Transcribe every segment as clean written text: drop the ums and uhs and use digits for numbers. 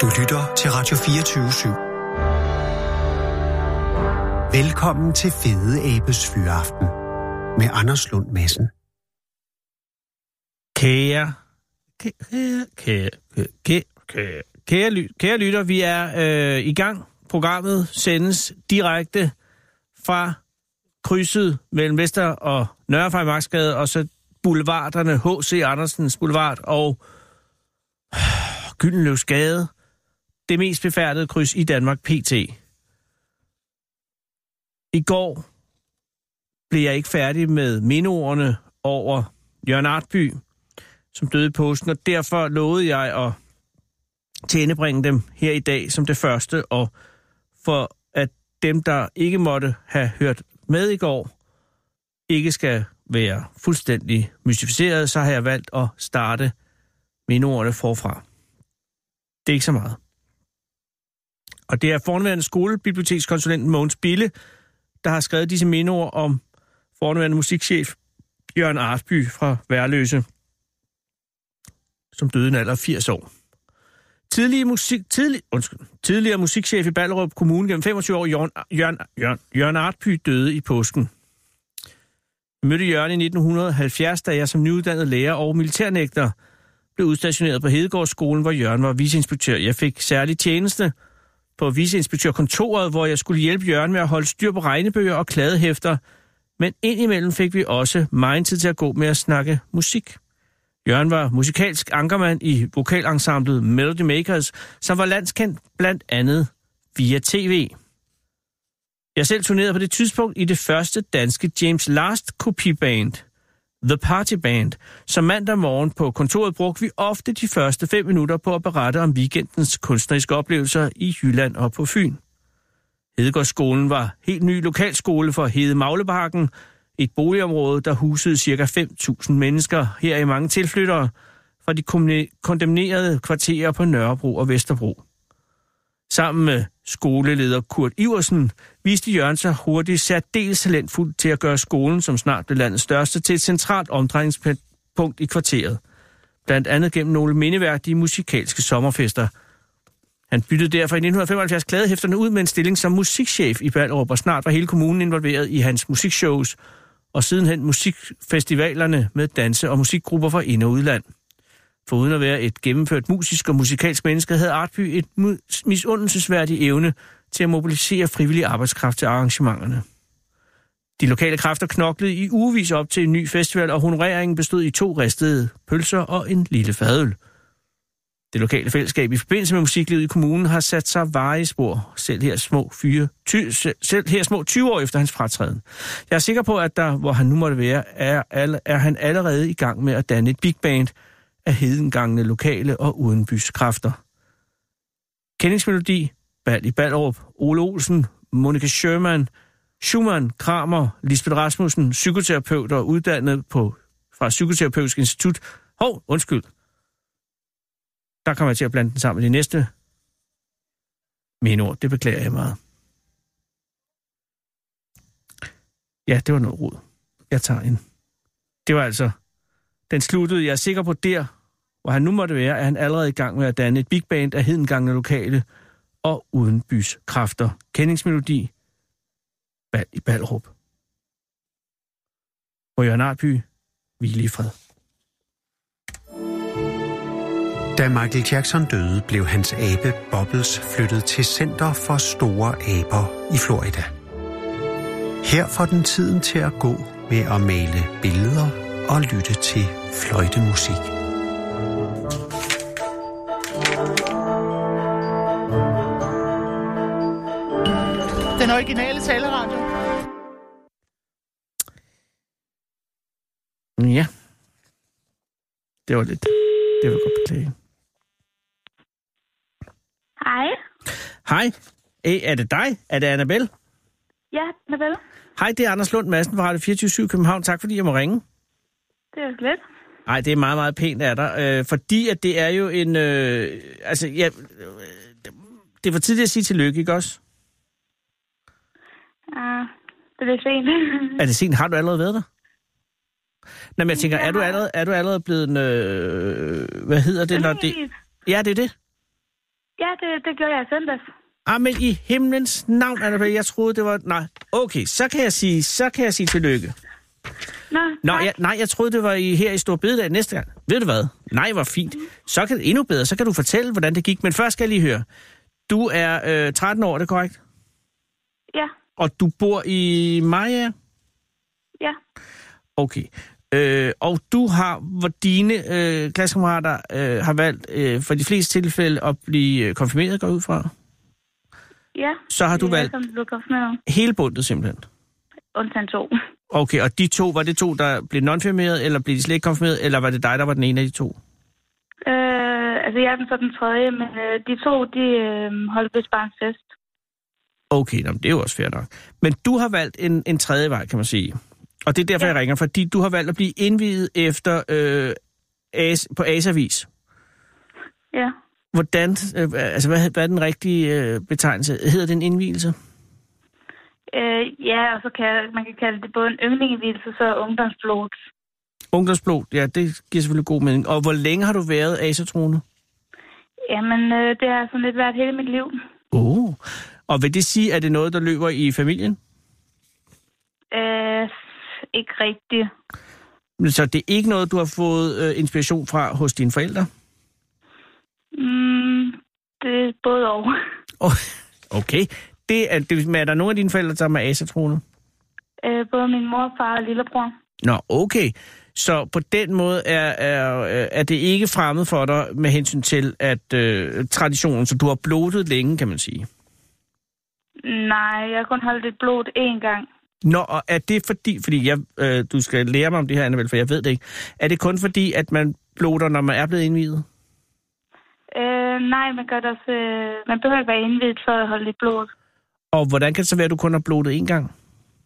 Du lytter til Radio 24/7. Velkommen til Fede Abes Fyraften med Anders Lund Madsen. Kære lytter, vi er i gang. Programmet sendes direkte fra krydset mellem Vester og Nørrefejmarksgade, og så boulevarderne H.C. Andersens Boulevard og Gyldenløvsgade. Det mest befærdede kryds i Danmark pt. I går blev jeg ikke færdig med mindeordene over Jørgen Artby, som døde i påsken, og derfor lovede jeg at tilendebringe dem her i dag som det første, og for at dem, der ikke måtte have hørt med i går, ikke skal være fuldstændig mystificeret, så har jeg valgt at starte mindeordene forfra. Det er ikke så meget. Og det er forhenværende skolebibliotekskonsulenten Mogens Bille, der har skrevet disse mindeord om forhenværende musikchef Jørgen Artby fra Værløse, som døde i en alder af 80 år. Tidligere musikchef i Ballerup Kommune gennem 25 år, Jørgen Artby, døde i påsken. Jeg mødte Jørgen i 1970, da jeg som nyuddannet lærer og militærnægter blev udstationeret på Hedegårdsskolen, hvor Jørgen var viceinspektør. Jeg fik særlig tjeneste på viceinspektørkontoret, hvor jeg skulle hjælpe Jørgen med at holde styr på regnebøger og kladehæfter, men indimellem fik vi også meget tid til at gå med at snakke musik. Jørgen var musikalsk ankermand i vokalensemblet Melody Makers, som var landskendt blandt andet via tv. Jeg selv turnerede på det tidspunkt i det første danske James Last-kopiband, The Party Band. Som mandag morgen på kontoret brugte vi ofte de første 5 minutter på at berette om weekendens kunstneriske oplevelser i Jylland og på Fyn. Hedegårdsskolen var helt ny lokalskole for Hedemagleparken, et boligområde, der husede ca. 5.000 mennesker, her i mange tilflyttere fra de kondemnerede kvarterer på Nørrebro og Vesterbro. Sammen med skoleleder Kurt Iversen viste Jørgen sig hurtigt særdeles talentfuld til at gøre skolen, som snart blev landets største, til et centralt omdrejningspunkt i kvarteret. Blandt andet gennem nogle mindeværdige musikalske sommerfester. Han byttede derfor i 1975 kladehæfterne ud med en stilling som musikchef i Ballerup, og snart var hele kommunen involveret i hans musikshows, og sidenhen musikfestivalerne med danse- og musikgrupper fra ind- og udland. Foruden at være et gennemført musisk og musikalsk menneske, havde Artby et misundelsesværdigt evne til at mobilisere frivillig arbejdskraft til arrangementerne. De lokale kræfter knoklede i ugevis op til en ny festival, og honoreringen bestod i 2 ristede pølser og en lille fadøl. Det lokale fællesskab i forbindelse med musiklivet i kommunen har sat sig varige spor, selv her små 20 år efter hans fratræden. Jeg er sikker på, at der, hvor han nu måtte være, er han allerede i gang med at danne et big band af hedengangne lokale og udenbys kræfter. Kendingsmelodi, Bal i Ballerup, Ole Olsen, Monika Schumann, Kramer, Lisbeth Rasmussen, psykoterapeuter uddannet fra Psykoterapeutisk Institut. Der kommer jeg til at blande den sammen med de næste mindeord. Det beklager jeg meget. Ja, det var noget rod. Jeg tager en. Det var altså... Den sluttede, jeg er sikker på der, hvor han nu måtte være, er han allerede i gang med at danne et big band af hedengangne lokale og udenbys kræfter. Kendingsmelodi, Bal i Ballerup. Og Jørgen Artby, hvile i fred. Da Michael Jackson døde, blev hans abe Bubbles flyttet til Center for Store Aber i Florida. Her får den tiden til at gå med at male billeder og lytte til fløjtemusik. Den originale taleradio. Ja. Det var lidt... Det vil jeg godt beklage. Hej. Hej. Er det dig? Er det Annabelle? Ja, Annabelle. Hej, det er Anders Lund Madsen fra Radio 24/7 København. Tak fordi jeg må ringe. Det er jo lidt. Nej, det er meget, meget pænt af dig. Fordi at det er jo en... det er for tidligt at sige tillykke, ikke også? Ja, det er sent. Er det sent? Har du allerede været der? Nå, men jeg tænker, er du allerede blevet en... hvad hedder det, når det... Ja, det er det. Ja, det gjorde jeg i søndags. Men i himlens navn, Annabelle, jeg troede, det var... Nej, okay, så kan jeg sige tillykke. Jeg troede, det var her i Store Bededag næste gang. Ved du hvad? Nej, hvor fint. Så kan det endnu bedre. Så kan du fortælle, hvordan det gik. Men først skal jeg lige høre. Du er 13 år, er det korrekt? Ja. Og du bor i Maja? Ja. Okay. Og du har, hvor dine klassekammerater har valgt for de fleste tilfælde at blive konfirmeret, går ud fra? Ja. Så har du valgt hele bundet simpelthen? Undtagen 2. Okay, og de 2, var det 2, der blev non-firmeret, eller blev de slet ikke konfirmeret, eller var det dig, der var den ene af de 2? Jeg er den tredje, men de 2, de holdt vist bare en fest. Okay, det er jo også fair nok. Men du har valgt en tredje vej, kan man sige. Og det er derfor, jeg ringer, fordi du har valgt at blive indviet efter på ASA-vis. Ja. Hvordan, hvad er den rigtige betegnelse? Hedder det en indvielse? Ja, og så man kan kalde det både en yndlingindvielse, så ungdomsblod. Ungdomsblod, ja, det giver selvfølgelig god mening. Og hvor længe har du været ASA-troende? Jamen, det har sådan lidt været hele mit liv. Og vil det sige, at det er noget, der løber i familien? Ikke rigtigt. Så det er ikke noget, du har fået inspiration fra hos dine forældre? Det er både og. Okay. Er der nogen af dine forældre, der er ASA-troende? Både min mor, far og lillebror. Nå, okay. Så på den måde er det ikke fremmed for dig med hensyn til at traditionen, så du har blodet længe, kan man sige? Nej, jeg har kun holdt et blod én gang. Nå, og er det fordi du skal lære mig om det her, Annabelle, for jeg ved det ikke. Er det kun fordi, at man bloder, når man er blevet indviet? Nej, man gør det også. Man behøver ikke være indviet for at holde et blod. Og hvordan kan det så være, at du kun har blodet én gang?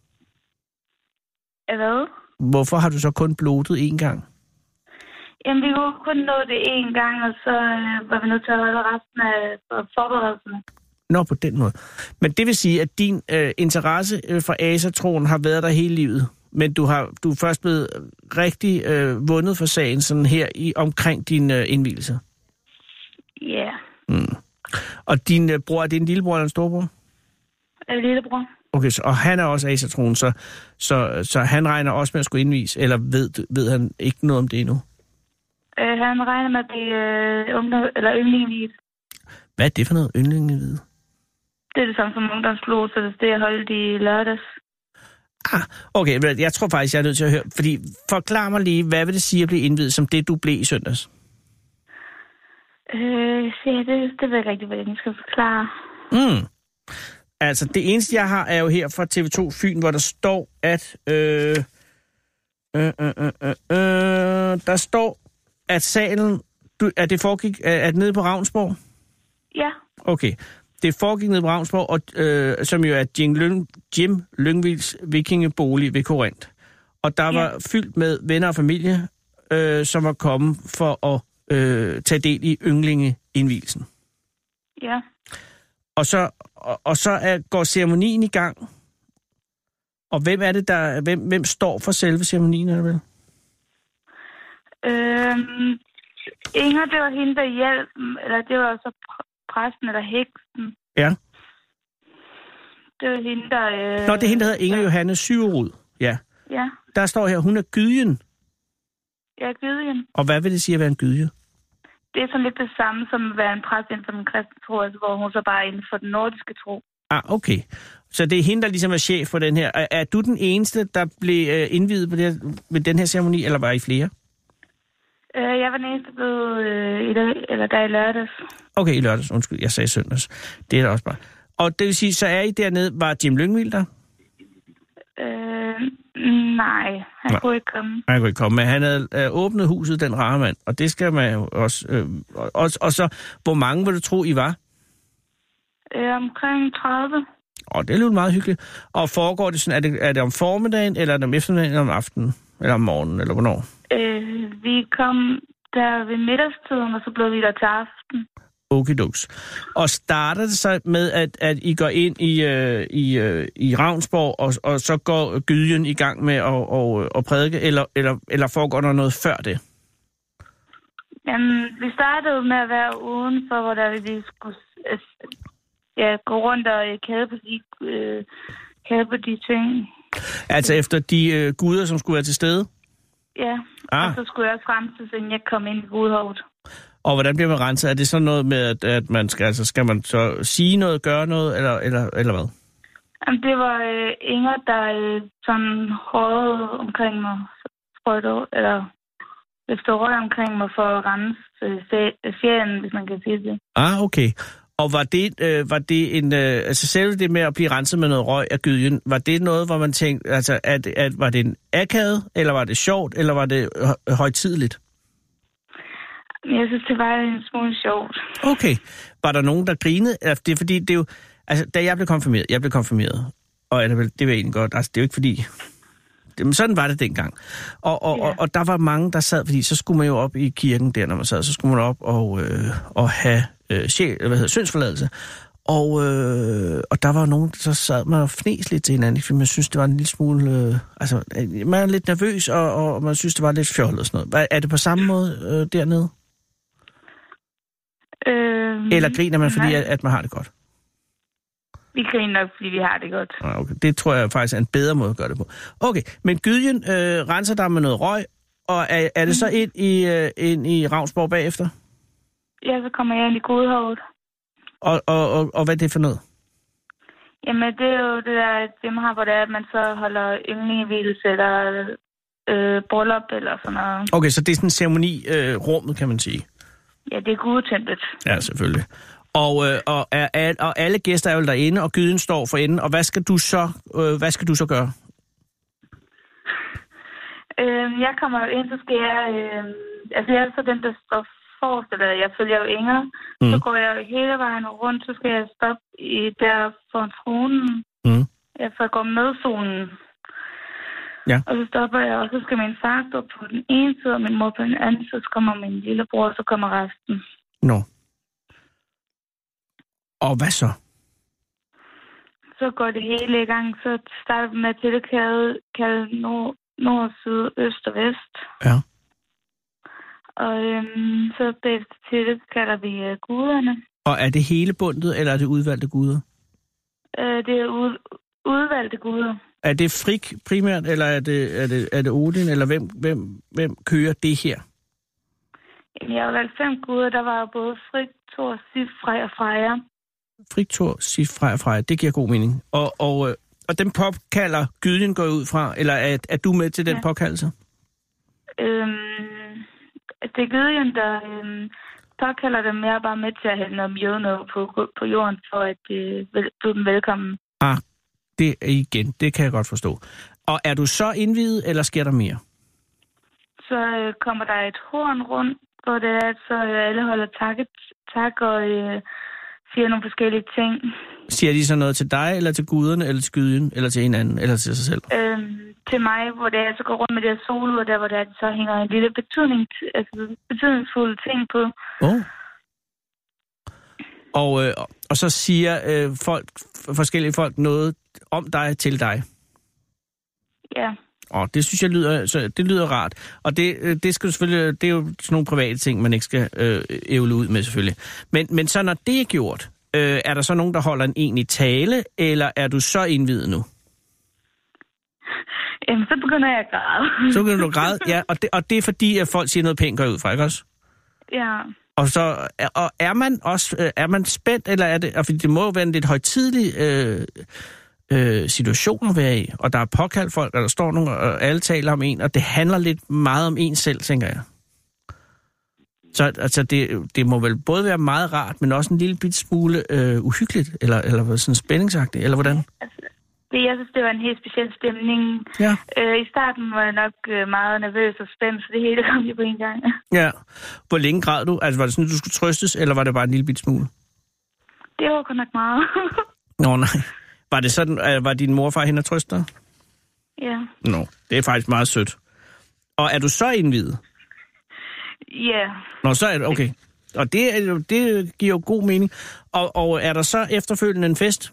Hvad? Hvorfor har du så kun blodet én gang? Jamen, vi kunne kun nå det én gang, og så var vi nødt til at holde resten af forberedelserne. Nå, på den måde. Men det vil sige, at din interesse for ASA-troen har været der hele livet, men du er først blevet rigtig vundet for sagen sådan her omkring din indvielse. Ja. Yeah. Og din bror, er det en lillebror eller en storbror? Lillebror. Okay, og han er også ASA-troen, så han regner også med at skulle indvise, eller ved han ikke noget om det endnu? Han regner med, at det er yndlingindviet. Hvad er det for noget, yndlingindviet? Det er det samme som ungdomsblod, så det er det, jeg holdt i lørdags. Okay, jeg tror faktisk, jeg er nødt til at høre, fordi forklar mig lige, hvad vil det sige at blive indviet som det, du blev i søndags? Det ved jeg ikke rigtig, hvad jeg skal forklare. Altså, det eneste, jeg har, er jo her fra TV2 Fyn, hvor der står, at der står, at salen, at det foregik nede på Ravnsborg? Ja. Okay. Det foregik nede på Ravnsborg, som jo er Jim Lyngvilds vikingebolig ved Korinth. Og der var fyldt med venner og familie, som var kommet for at tage del i yndlingeindvielsen. Ja. Og så går ceremonien i gang. Og hvem er det, hvem står for selve ceremonien, er det vel? Inger, det var hende, der hjalp, eller det var så præsten eller heksen. Ja. Det var hende, der... Nå, det er hende, der hedder Inger Johanne Syverud. Ja. Ja. Der står her, hun er gydjen. Ja, gydjen. Og hvad vil det sige at være en gydje? Det er sådan lidt det samme som at være en præst inden for den kristne tro, altså, hvor hun så bare er inden for den nordiske tro. Okay. Så det er hende, der ligesom er chef for den her. Er du den eneste, der blev indviet på ved den her ceremoni, eller var I flere? Jeg var den eneste, der i lørdags. Okay, i lørdags. Undskyld, jeg sagde søndags. Det er da også bare. Og det vil sige, så er I dernede, var Jim Lyngvild der? Nej, han kunne ikke komme. Han kunne ikke komme, men han havde åbnet huset, den rare mand, og det skal man jo også... Og så, hvor mange vil du tro, I var? Omkring 30. Det er lidt meget hyggeligt. Og foregår det sådan, er det om formiddagen, eller er det om eftermiddagen, eller om aftenen? Eller om morgenen, eller hvornår? Vi kom der ved middagstiden, og så blev vi der til aften. Okidoks. Og starter det så med, at I går ind i Ravnsborg, og så går gydjen i gang med at prædike, eller foregår der noget før det? Jamen, vi startede med at være udenfor, hvor der vi skulle gå rundt og kalde på de ting. Altså efter de guder, som skulle være til stede? Ja, og så skulle jeg også renses, inden jeg kom ind i Gudhovedet. Og hvordan bliver man renset? Er det sådan noget med, at man skal man så sige noget, gøre noget, eller hvad? Jamen, det var Inger, der sådan hårede omkring mig, eller løftede røg omkring mig for at rense ferien, hvis man kan sige det. Okay. Og var det en... altså selv det med at blive renset med noget røg af gydjen, var det noget, hvor man tænkte, altså, var det en akavet, eller var det sjovt, eller var det højtideligt? Jeg synes, det var en smule sjovt. Okay. Var der nogen, der grinede? Det er fordi, det er jo... Altså, da jeg blev konfirmeret, og det var egentlig godt, altså det er jo ikke fordi... Men sådan var det dengang. Og der var mange, der sad, fordi så skulle man jo op i kirken der, når man sad, så skulle man op og have syndsforladelse. Og der var nogen, så sad man og fnes lidt til hinanden, fordi man synes, det var en lille smule... man er lidt nervøs, og man synes, det var lidt fjollet og sådan noget. Er det på samme måde dernede? Eller griner man, fordi at man har det godt? Vi griner nok, fordi vi har det godt. Okay. Det tror jeg faktisk er en bedre måde at gøre det på. Okay, men gydjen renser dig med noget røg, og er det så ind i Ravnsborg bagefter? Ja, så kommer jeg ind i Gudhovedet. Og hvad er det for noget? Jamen, det er jo det der dem her, hvor det er, at man så holder yndlingevielse eller bryllup eller sådan noget. Okay, så det er sådan en ceremoni rummet, kan man sige? Ja, det er gudetemplet. Ja, selvfølgelig. Og alle gæster er jo derinde, og gydjen står for enden. Og hvad skal du så gøre? Jeg kommer jo ind, så skal jeg... jeg er så den, der står forrest, eller jeg følger jo Inger. Så går jeg hele vejen rundt, så skal jeg stoppe der foran tronen. For at gå med solen. Ja. Og så stopper jeg, og så skal min far stå på den ene side, og min mor på den anden, så kommer min lillebror, og så kommer resten. Nå. Og hvad så? Så går det hele i gang. Så starter vi med at tilkalde nord, syd, øst og vest. Ja. Og så bagefter tilkalder vi guderne. Og er det hele bundet, eller er det udvalgte guder? Det er udvalgte guder. Er det Frigg primært, eller er det Odin, eller hvem kører det her? Jeg har valgt 5 guder. Der var både Frigg, Thor, Sif, Frej og Freja. Frigg, Thor, Sif, Frej og Freja. Det giver god mening. Og den påkalder gydjen går ud fra, eller er du med til den påkaldelse? Det er gydjen, der påkalder dem. Jeg er bare med til at hælde noget mjød på jorden, for at byde dem velkommen. Det kan jeg godt forstå. Og er du så indviet, eller sker der mere? Så kommer der et horn rundt, hvor det er, så alle holder tak og siger nogle forskellige ting. Siger de så noget til dig, eller til guderne, eller til gydjen, eller til hinanden, eller til sig selv? Til mig, hvor det er, så går rundt med det her solo, og der, hvor det er, så hænger en lille betydningsfuld ting på. Og så siger forskellige folk noget om dig til dig? Ja. Og det synes jeg lyder rart. Og det skal selvfølgelig, det er jo sådan nogle private ting, man ikke skal ævle ud med selvfølgelig. Men så når det er gjort, er der så nogen, der holder en egentlig tale, eller er du så indviet nu? Jamen, så begynder jeg at græde. Så begynder du at græde, ja. Og det er fordi, at folk siger noget pænt, går ud fra, ikke også? Ja. Og så er man spændt, eller er det... Fordi det må jo være en lidt højtidelig situation at være i, og der er påkaldt folk, og der står nogen, og alle taler om en, og det handler lidt meget om en selv, tænker jeg. Så altså, det må vel både være meget rart, men også en lille bit smule uhyggeligt, eller sådan spændingsagtigt, eller hvordan? Altså, jeg synes, det var en helt speciel stemning. Ja. I starten var jeg nok meget nervøs og spændt, så det hele kom lige på en gang. Ja. Hvor længe græd du? Altså, var det sådan, at du skulle trøstes, eller var det bare en lille bit smule? Det var kun nok meget. Nå, nej. Var det sådan, var din morfar hende at trøste dig? Ja. Nå, det er faktisk meget sødt. Og er du så indviet? Ja. Nå, så er det okay. Og det giver jo god mening. Og er der så efterfølgende en fest?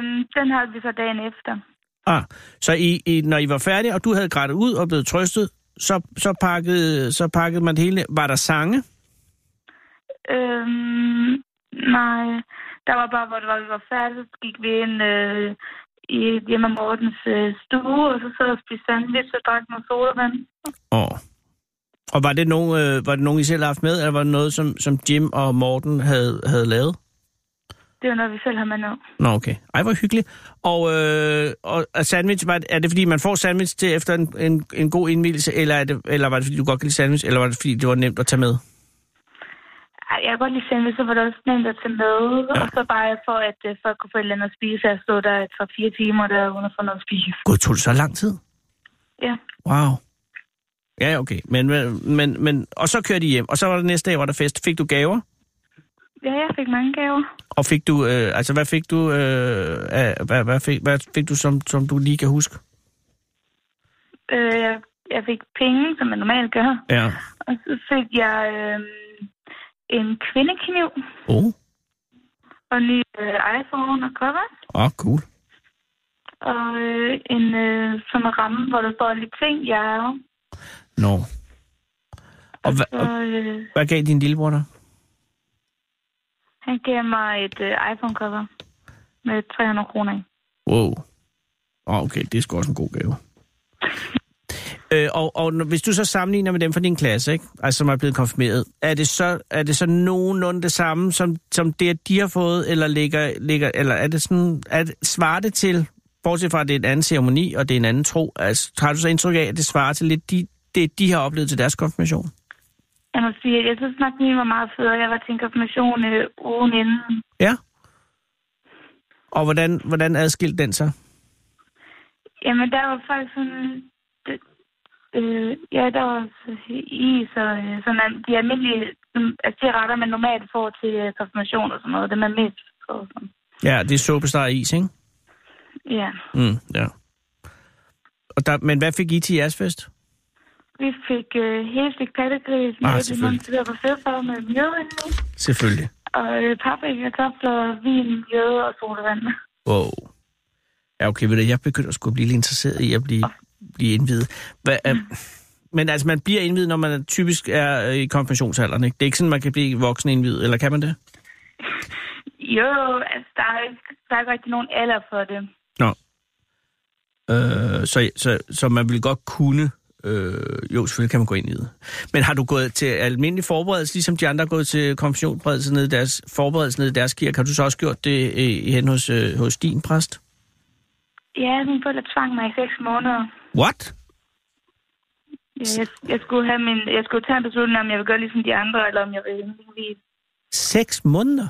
Den havde vi så dagen efter. Så når I var færdige, og du havde grædt ud og blevet trøstet, så pakkede man det hele. Var der sange? Nej. Der var bare, hvor vi var færdige, så gik vi ind i hjemme af Mortens stue, og så sad og spiste sandwich og drak noget sodavand. Og var det nogen, I selv havde haft med, eller var det noget, som Jim og Morten havde lavet? Det var noget, vi selv har med nu. Nå, okay. Ej, hvor hyggeligt. Og sandwich, er det fordi, man får sandwich til efter en god indvielse, eller var det fordi, du godt kan lide sandwich, eller var det fordi, det var nemt at tage med? Jeg kan godt lide sandwich, så var det også nemt at tage med, og så bare for, at folk kunne få et eller andet at spise. Jeg stod der 3-4 timer der, uden at få noget at spise. Gud, tog det så lang tid? Ja. Wow. Ja, okay. Men og så kørte I hjem, og så var det næste dag, hvor der fest. Fik du gaver? Ja, jeg fik mange gaver. Og fik du, hvad fik du, hvad fik du, som du lige kan huske? Jeg fik penge, som man normalt gør. Ja. Og så fik jeg en kvindekniv. Og en ny iPhone og cover. Cool. Og en som en ramme, hvor der står lidt ting, jeg er. Nå. Og hvad gav din lillebror dig? Han gav mig et iPhone-cover med 300 kroner i. Wow. Okay, det er sgu også en god gave. Og hvis du så sammenligner med dem fra din klasse, ikke? Altså som er blevet konfirmeret, er det så nogenlunde det samme, som det, de har fået, eller eller er det sådan, svarer det til, bortset fra, at det er en anden ceremoni, og det er en anden tro, altså har du så indtryk af, at det svarer til lidt det, de har oplevet til deres konfirmation? Jeg må sige, at jeg synes nok, min var meget federe. Jeg var til en konfirmation ugen inden. Ja. Og hvordan adskilte den sig? Jamen, der var faktisk sådan... der var is og sådan de almindelige cigaretter, man normalt får til konfirmation og sådan noget. Det man mest får sådan. Ja, det er såbesteg og is, ikke? Ja. Ja. Men hvad fik I til jeres fest? Vi fik helt stik pattegris med det var fedtfarve med mjød inde. Selvfølgelig. Og paprika, kartofler, vin, mjød og sodavand. Wow. Ja, okay, ved du, jeg begynder at skulle blive lidt interesseret i at blive indviet. Men altså, man bliver indviet, når man typisk er i konfirmationsalderen, ikke? Det er ikke sådan, man kan blive voksen indviet, eller kan man det? Jo, altså, der er ikke rigtig nogen alder for det. Nå. Så man vil godt kunne... jo, selvfølgelig kan man gå ind i det. Men har du gået til almindelig forberedelse, ligesom de andre har gået til konfirmationsforberedelse nede i deres kirke? Har du så også gjort det hen hos din præst? Ja, min forældre tvang mig i 6 måneder. What? Ja, jeg skulle tage en beslutning, om jeg vil gøre ligesom de andre, eller om jeg vil indvige. 6 måneder?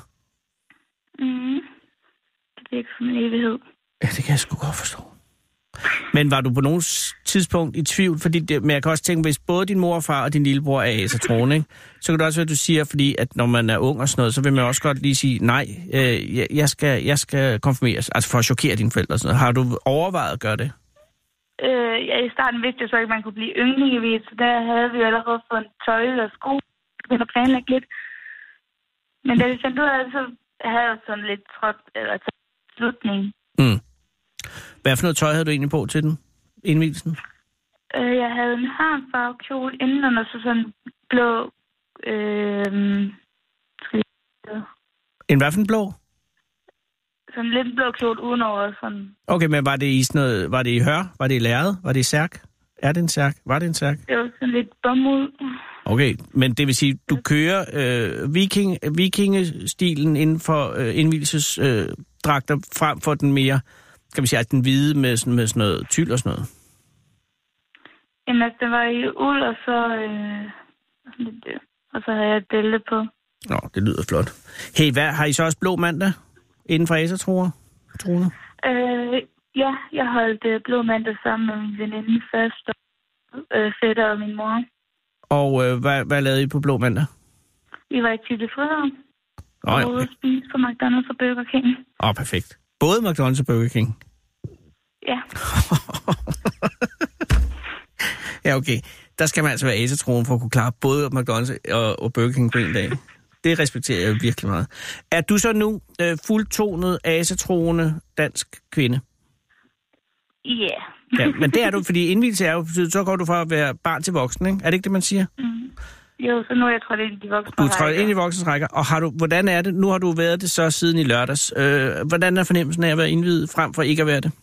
Det er ikke som en evighed. Ja, det kan jeg sgu godt forstå. Men var du på nogen tidspunkt i tvivl? Men jeg kan også tænke, hvis både din mor og far og din lillebror er asatroen, ikke? Så kan det også være, at du siger, fordi at når man er ung og sådan noget, så vil man også godt lige sige, nej, jeg skal konfirmeres, altså for at chokere dine forældre og sådan noget. Har du overvejet at gøre det? I starten vidste jeg så ikke, at man kunne blive yndlingevis, så der havde vi jo allerede fået en tøj og sko, og planlagt lidt. Men da vi fandt ud af det, så havde jeg sådan lidt trådt, eller taget slutning. Hvad for noget tøj havde du egentlig på til den indvielsen? Jeg havde en harmfarve kjole inden, og så sådan blå... En hvad for en blå? Sådan lidt blå kjole udenover. Sådan. Okay, men var det i sådan noget... Var det i hør? Var det i lærred? Var det i særk? Er det en særk? Var det en særk? Det var sådan lidt bomuld. Okay, men det vil sige, du kører vikingestilen inden for indvielsesdragter frem for den mere... Kan vi sige, at den hvide med sådan noget tyld og sådan noget? Jamen, altså, det var i uld, og så havde jeg et bælte på. Nå, det lyder flot. Hey, har I så også blå mandag inden for asatroerne? Ja, jeg holdt blå mandag sammen med min veninde først, og fætter og min mor. Og hvad lavede I på blå mandag? Vi var i Tivoli Frihavn. Og ude at spise på McDonald's og Burger King. Perfekt. Både McDonald's og Burger King? Ja. Ja, okay. Der skal man altså være asatroen for at kunne klare både McDonald's og Burger King på en dag. Det respekterer jeg virkelig meget. Er du så nu fuldtonet asatroende dansk kvinde? Ja, Ja, men det er du, fordi indvielse er jo, så går du fra at være barn til voksen, ikke? Er det ikke det, man siger? Jo, så nu er jeg trådt ind i de voksne rækker. Du er trådt ind i voksens rækker, og hvordan er det? Nu har du været det så siden i lørdags. Hvordan er fornemmelsen af at være indviet frem for ikke at være det?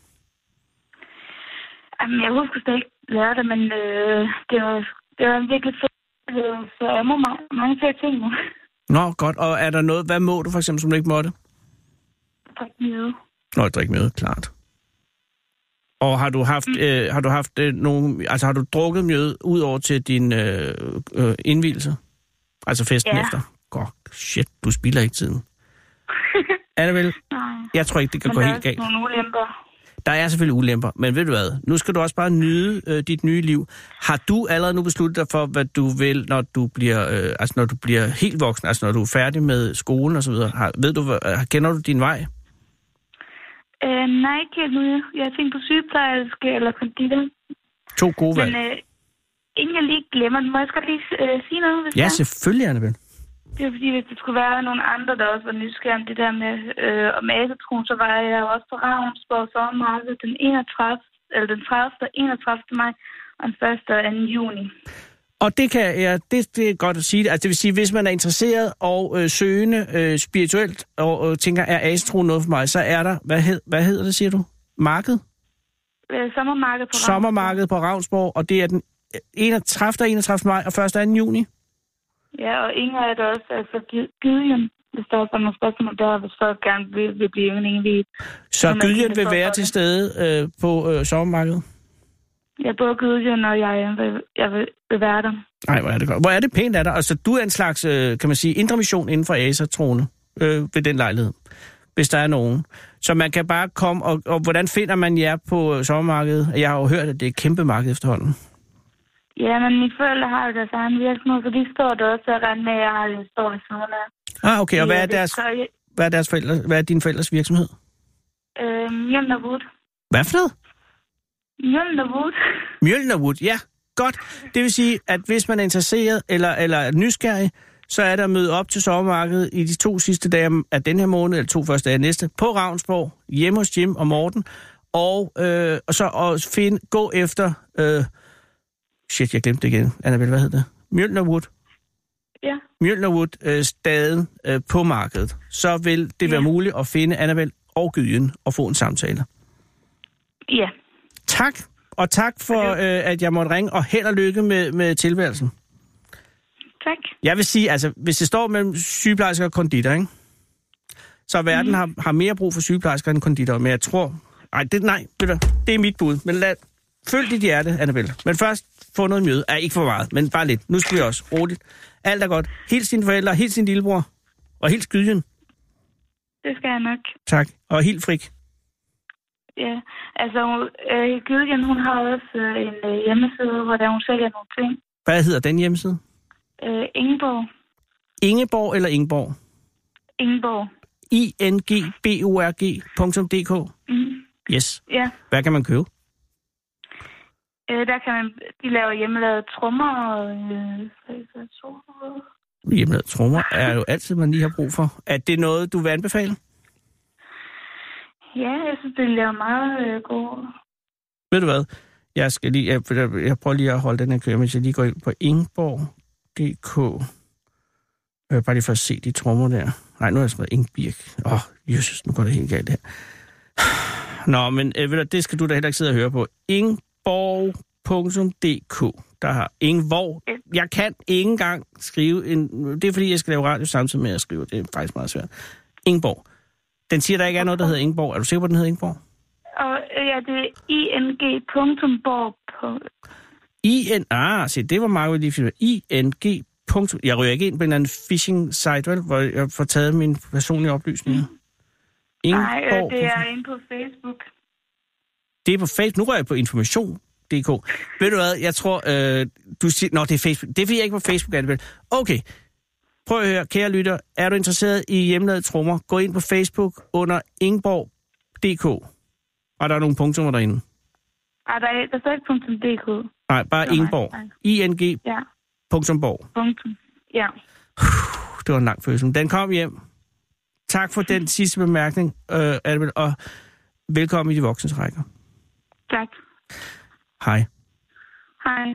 Jamen, jeg husker slet ikke lørdag, men det var virkelig fedt. Så jeg må mange flere ting nu. Nå, godt. Og er der noget, hvad må du for eksempel, som du ikke måtte? Drik mjøde. Nå, drik mjøde, klart. Og har du haft nogle, altså har du drukket mjøde ud over til din indvielse? Altså festen efter? Godt, shit, du spilder ikke tiden. Annabelle, jeg tror ikke, det kan gå helt galt. Men der er nogle ulemper. Der er selvfølgelig ulemper, men ved du hvad? Nu skal du også bare nyde dit nye liv. Har du allerede nu besluttet dig for, hvad du vil, når du bliver helt voksen, altså når du er færdig med skolen og så videre? Kender du din vej? Nej, ikke nu. Jeg har tænkt på sygeplejerske eller konditor. To gode valg. Men inden jeg lige glemmer det, må jeg lige sige noget? Hvis ja, selvfølgelig, Annabelle. Det er fordi, hvis det skulle være nogle andre, der også var nysgerrige om det der med asetroen, så var jeg også på Ravnsborg sommermarked den 30. og 31. maj og den 1. og 2. juni. Og det er godt at sige det. Altså det vil sige, hvis man er interesseret og søgende spirituelt og tænker, er asetroen noget for mig, så er der, hvad hedder det, siger du? Marked? Sommermarked på Ravnsborg, og det er den 30. og 31. maj og 1. og 2. juni. Ja, og Inger er der også, altså Gydjen, hvis der er nogle spørgsmål der, hvis folk gerne vil blive indviet. Så Gydjen vil være til stede på sommermarkedet? Ja, både Gydjen og jeg vil være der. Nej, hvor er det godt. Hvor er det pænt af dig. Altså, du er en slags, kan man sige, indre mission inden for asetroende ved den lejlighed, hvis der er nogen. Så man kan bare komme, og hvordan finder man jer på sommermarkedet? Jeg har jo hørt, at det er et kæmpe marked efterhånden. Ja, men mine forældre har jo deres egen virksomhed, så de står der også og regner med, at jeg har det står i sådan her. Okay, og hvad er din forældres virksomhed? Mjølner Wood. Hvad for noget? Mjølner Wood. Mjølner Wood, ja. Godt. Det vil sige, at hvis man er interesseret eller nysgerrig, så er der at møde op til sommermarkedet i de 2 sidste dage af den her måned, eller 2 første dage af næste, på Ravnsborg, hjemme hos Jim og Morten, og så gå efter... Shit, jeg glemte det igen. Annabelle, hvad hed det? Mjølner Wood. Ja. Mjølner Wood staden på markedet. Så vil det være muligt at finde Annabelle og Gydjen og få en samtale. Ja. Tak. Og tak for, at jeg måtte ringe, og held og lykke med tilværelsen. Tak. Jeg vil sige, altså, hvis det står mellem sygeplejersker og konditor, ikke? Så verden har mere brug for sygeplejersker end konditor, men jeg tror... det er mit bud, men følg dit hjerte, Annabelle. Men først få noget mjøde. Ikke for meget, men bare lidt. Nu skal vi også roligt. Alt er godt. Hils dine forældre, hils din lillebror. Og hils Gydjen. Det skal jeg nok. Tak. Og helt Frik. Ja, altså Gydjen, hun har også en hjemmeside, hvor der hun sælger nogle ting. Hvad hedder den hjemmeside? Ingeborg. Ingeborg eller Ingeborg? Ingeborg. ingborg.dk. Yes. Ja. Hvad kan man købe? Der kan man... De laver hjemmelavede trommer og... Hjemmelavede trommer er jo altid, man lige har brug for. Er det noget, du vil anbefale? Ja, jeg synes, det laver meget godt. Ved du hvad? Jeg prøver lige at holde den her køre, mens jeg lige går ind på ingborg.dk. Bare lige for at se de trommer der. Nej, nu har jeg skrevet Ingbirk. Jesus, nu går det helt galt her. Nå, men det skal du da heller ikke sidde og høre på. Ingborg.dk. Der har Ingborg. Jeg kan ikke engang skrive det er fordi, jeg skal lave radio samtidig med at skrive. Det er faktisk meget svært. Ingborg. Den siger, der ikke er noget, der hedder Ingborg. Er du sikker på, den hedder Ingborg? Ja, det er ing.borg. Se, det var meget lige fint. ing. Jeg ryger ikke ind på en eller anden phishing site, vel, hvor jeg får taget mine personlige oplysninger. Nej, det er inde på Facebook. Det er på Facebook. Nu rører jeg på information.dk. Ved du hvad, jeg tror, du siger... Nå, det er Facebook. Det er fordi, jeg ikke på Facebook, Annabelle. Okay. Prøv at høre, kære lytter. Er du interesseret i hjemmelavede trommer? Gå ind på Facebook under ingborg.dk. Og der er nogle punktummer derinde. Der står ikke .dk. Nej, bare Ingeborg. ing. Ja. .borg. Ja. Det var en lang følelse. Den kom hjem. Tak for den sidste bemærkning, Annabelle, og velkommen i de voksnes rækker. Tak. Hej. Hej.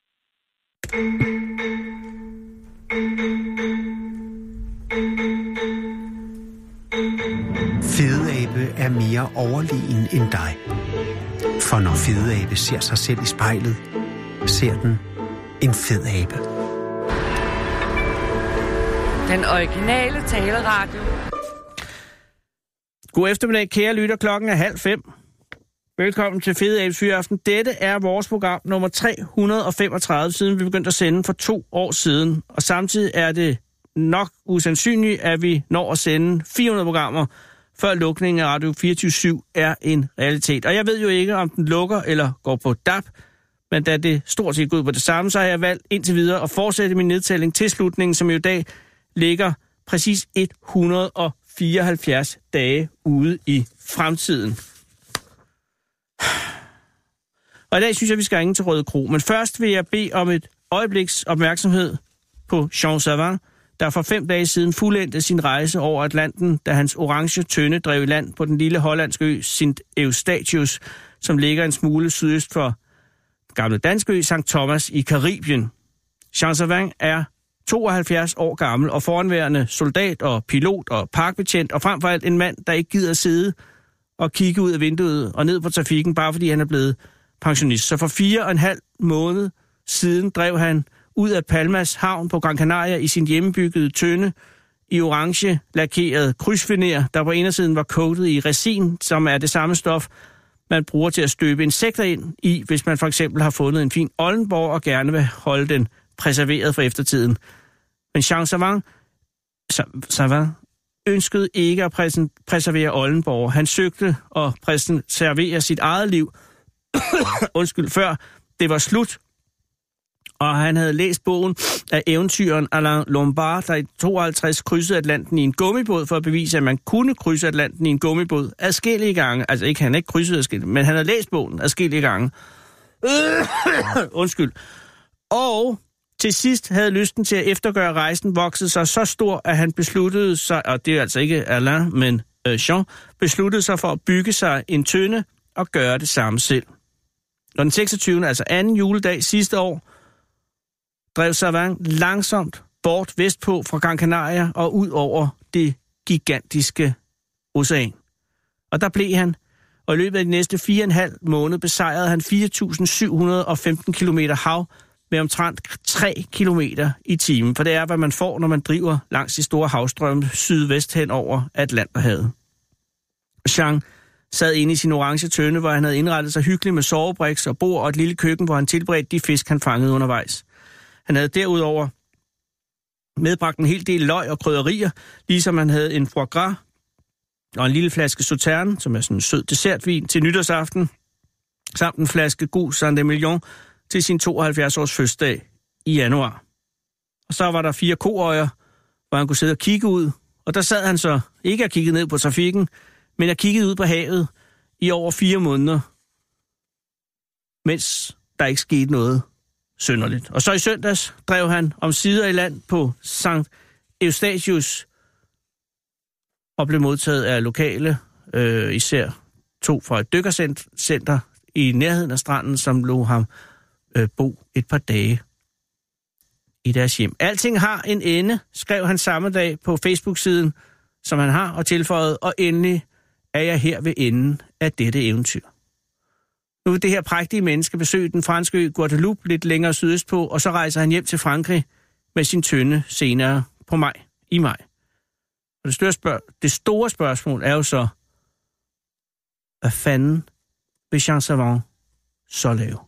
Fedeabe er mere overlegen end dig. For når fedeabe ser sig selv i spejlet, ser den en fed abe. Den originale taleradio. God eftermiddag, kære lytter. Klokken er 4:30. Velkommen til Fede Abes Fyraften. Dette er vores program nummer 335, siden vi begyndte at sende for 2 år siden. Og samtidig er det nok usandsynligt, at vi når at sende 400 programmer, før lukningen af Radio 24/7 er en realitet. Og jeg ved jo ikke, om den lukker eller går på DAB, men da det stort set går ud på det samme, så har jeg valgt indtil videre at fortsætte min nedtælling til slutningen, som i dag ligger præcis 174 dage ude i fremtiden. Og i dag synes jeg, vi skal ringe til Røde Kro. Men først vil jeg bede om et øjebliks opmærksomhed på Jean Savin, der for 5 dage siden fuldendte sin rejse over Atlanten, da hans orange tønde drev i land på den lille hollandske ø Sint Eustatius, som ligger en smule sydøst for gamle danske ø St. Thomas i Karibien. Jean Savin er 72 år gammel og foranværende soldat og pilot og parkbetjent, og frem for alt en mand, der ikke gider sidde og kigge ud af vinduet og ned på trafikken, bare fordi han er blevet pensionist. Så for 4,5 måned siden drev han ud af Palmas havn på Gran Canaria i sin hjemmebyggede tønde i orange lakeret krydsvenér, der på indersiden var coated i resin, som er det samme stof, man bruger til at støbe insekter ind i, hvis man for eksempel har fundet en fin oldenborg og gerne vil holde den preserveret for eftertiden. Men Jean Savin ønskede ikke at preservere Oldenborg. Han søgte at preservere sit eget liv før det var slut. Og han havde læst bogen af eventyren Alain Lombard, der i 52 krydsede Atlanten i en gummibåd for at bevise, at man kunne krydse Atlanten i en gummibåd adskillige gange. Altså ikke, han ikke krydsede adskillige, men han havde læst bogen adskillige gange. Og til sidst havde lysten til at eftergøre rejsen vokset sig så stor, at han besluttede sig, og det er altså ikke Alain, men Jean, besluttede sig for at bygge sig en tønde og gøre det samme selv. Og den 26. altså anden juledag sidste år, drev Savin langsomt bort vestpå fra Gran Canaria og ud over det gigantiske ocean. Og der blev han, og i løbet af de næste 4,5 måneder besejrede han 4.715 kilometer hav med omtrent 3 kilometer i timen. For det er, hvad man får, når man driver langs de store havstrømme sydvest hen over Atlanterhavet. Jean sad inde i sin orange tønde, hvor han havde indrettet sig hyggeligt med sovebriks og bord og et lille køkken, hvor han tilberedte de fisk, han fangede undervejs. Han havde derudover medbragt en hel del løg og krydderier, ligesom han havde en foie gras og en lille flaske Sauterne, som er sådan en sød dessertvin, til nytårsaften, samt en flaske god Saint-Emilion til sin 72-års fødselsdag i januar. Og så var der 4 koøjer, hvor han kunne sidde og kigge ud, og der sad han så ikke at kigge ned på trafikken, men at kigge ud på havet i over 4 måneder, mens der ikke skete noget synderligt. Og så i søndags drev han om sider i land på St. Eustatius og blev modtaget af lokale, især 2 fra et dykkercenter i nærheden af stranden, som lod ham bo et par dage i deres hjem. Alting har en ende, skrev han samme dag på Facebook-siden, som han har, og tilføjet, og endelig er jeg her ved enden af dette eventyr. Nu vil det her prægtige menneske besøge den franske ø Guadeloupe lidt længere sydøstpå, og så rejser han hjem til Frankrig med sin tønde senere i maj. Og det store spørgsmål er jo så, hvad fanden vil Jean Savin så lave?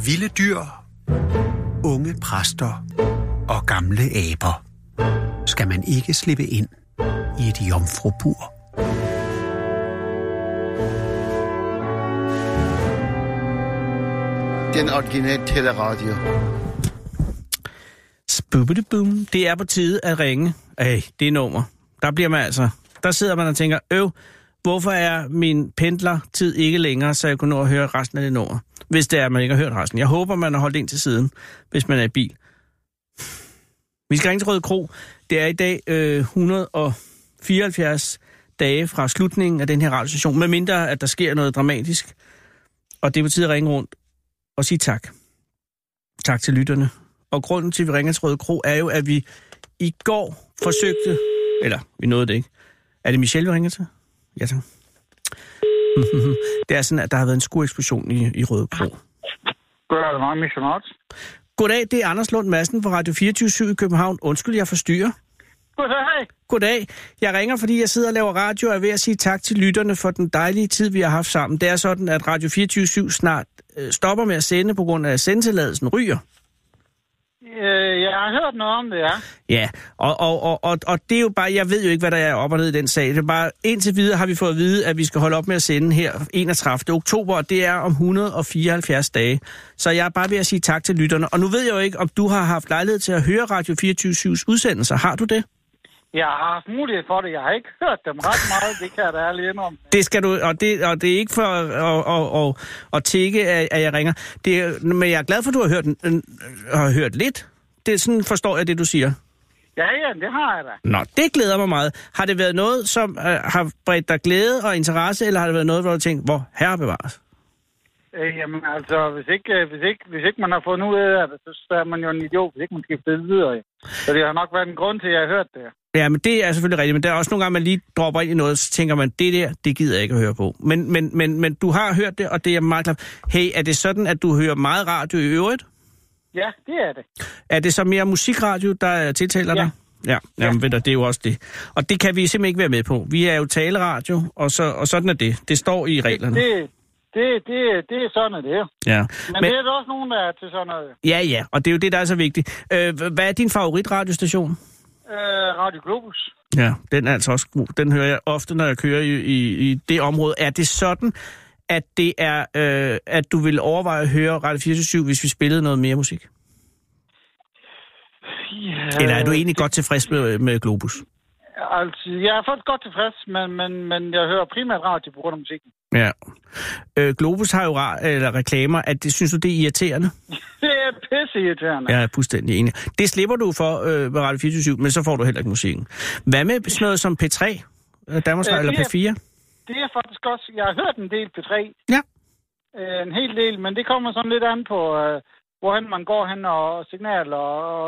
Vilde dyr, unge præster og gamle aber skal man ikke slippe ind i et jomfrubur. Den originale teleradio. Spubidibum. Det er på tide at ringe. Det er nummer. Der sidder man og tænker, hvorfor er min pendlertid ikke længere, så jeg kunne nå at høre resten af det nummer? Hvis det er, man ikke har hørt resten. Jeg håber, man har holdt ind til siden, hvis man er i bil. Vi skal ringe til Røde Kro. Det er i dag 174 dage fra slutningen af den her radiostation, medmindre at der sker noget dramatisk. Og det er på tide at ringe rundt og sige tak. Tak til lytterne. Og grunden til, at vi ringer til Røde Kro, er jo, at vi i går forsøgte... Eller, vi nåede det ikke. Er det Michelle, vi ringer til? Ja, tak. Det er sådan, at der har været en skureksplosion i Røde Kro. Goddag, det er Michelle Marts. Goddag, det er Anders Lund Madsen fra Radio 24 i København. Undskyld, jeg forstyrrer. Goddag. Goddag. Jeg ringer, fordi jeg sidder og laver radio og er ved at sige tak til lytterne for den dejlige tid, vi har haft sammen. Det er sådan, at Radio 24 snart stopper med at sende på grund af, at sendetilladelsen ryger. Jeg har hørt noget om det, ja. Ja, og det er jo bare, jeg ved jo ikke, hvad der er op og ned i den sag. Det er bare, indtil videre har vi fået at vide, at vi skal holde op med at sende her 31. oktober, og det er om 174 dage. Så jeg er bare ved at sige tak til lytterne. Og nu ved jeg jo ikke, om du har haft lejlighed til at høre Radio 24/7's udsendelser. Har du det? Jeg har haft mulighed for det. Jeg har ikke hørt dem ret meget, det kan jeg da ærligt indrømme. Det skal du, og det er ikke for at tække, at jeg ringer. Men jeg er glad for, at du har hørt lidt. Det sådan forstår jeg, det du siger. Ja, det har jeg da. Nå, det glæder mig meget. Har det været noget, som har bredt dig glæde og interesse, eller har det været noget, hvor du tænkte, hvor herre bevares? Jamen altså, hvis ikke man har fundet ud af det, så er man jo en idiot, hvis ikke man skifter det videre. Så det har nok været en grund til, at jeg har hørt det. Ja, men det er selvfølgelig rigtigt, men der er også nogle gange, man lige dropper ind i noget, så tænker man, det gider jeg ikke at høre på. Men du har hørt det, og det er meget klart. Hey, er det sådan, at du hører meget radio i øvrigt? Ja, det er det. Er det så mere musikradio, der tiltaler dig? Ja. Jamen, ved du, det er jo også det. Og det kan vi simpelthen ikke være med på. Vi er jo taleradio, og sådan er det. Det står i reglerne. Det er sådan, det er. Ja. Men det er der også nogen, der er til sådan noget. Ja, og det er jo det, der er så vigtigt. Hvad er din favoritradiostation? Radio Globus. Ja, den er altså også god. Den hører jeg ofte, når jeg kører i det område. Er det sådan, at det er, at du vil overveje at høre Radio 24/7, hvis vi spillede noget mere musik? Ja, eller er du egentlig godt tilfreds med Globus? Altså, jeg er faktisk godt tilfreds, men jeg hører primært radio på grund af musikken. Ja. Globus har jo reklamer, at det synes du, det er irriterende? Det er pisseirriterende. Jeg er fuldstændig enig. Det slipper du for med Radio 24/7, men så får du heller ikke musikken. Hvad med sådan noget som P3? Danmarks Radio eller P4? Det er faktisk også... Jeg har hørt en del P3. Ja. En hel del, men det kommer sådan lidt an på, hvorhen man går hen og signaler, og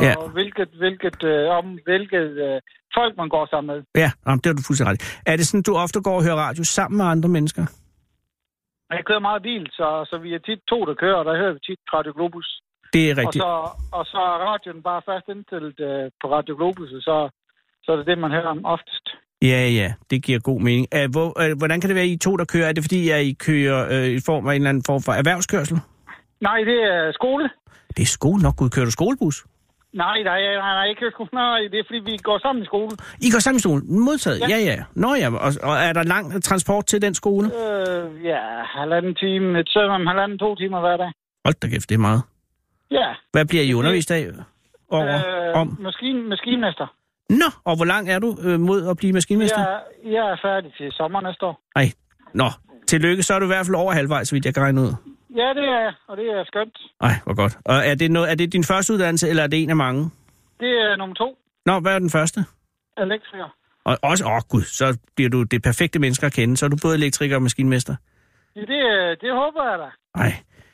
hvilket folk man går sammen med. Ja, det er du fuldstændig ret. Er det sådan, du ofte går og hører radio sammen med andre mennesker? Jeg kører meget bil, så vi er tit to, der kører, og der hører vi tit Radio Globus. Det er rigtigt. Og så er radioen bare fast indstillet på Radio Globus, og så er det, man hører om oftest. Ja, det giver god mening. Hvordan kan det være, I to, der kører? Er det, fordi I kører i form af en eller anden form for erhvervskørsel? Nej, det er skole. Det er skole? Nok, Gud, kører du skolebus? Nej, ikke kører skole. Nej, det er, fordi vi går sammen i skole. I går sammen i skole? Modtaget? Ja. Nå ja, og er der lang transport til den skole? Halvanden time. Et søm om 1,5-2 timer hver dag. Hold da kæft, det er meget. Ja. Hvad bliver I undervist af? Maskinmester. Nå, og hvor lang er du mod at blive maskinmester? Jeg er færdig til sommer næste år. Ej, nå. Tillykke, så er du i hvert fald over halvvejs, så vidt jeg kan regne ud. Ja, det er jeg, og det er skønt. Ej, hvor godt. Og er det din første uddannelse, eller er det en af mange? Det er nummer 2. Nå, hvad er den første? Elektriker. Og også, gud, så bliver du det perfekte menneske at kende. Så er du både elektriker og maskinmester. Ja, det håber jeg da. Ej,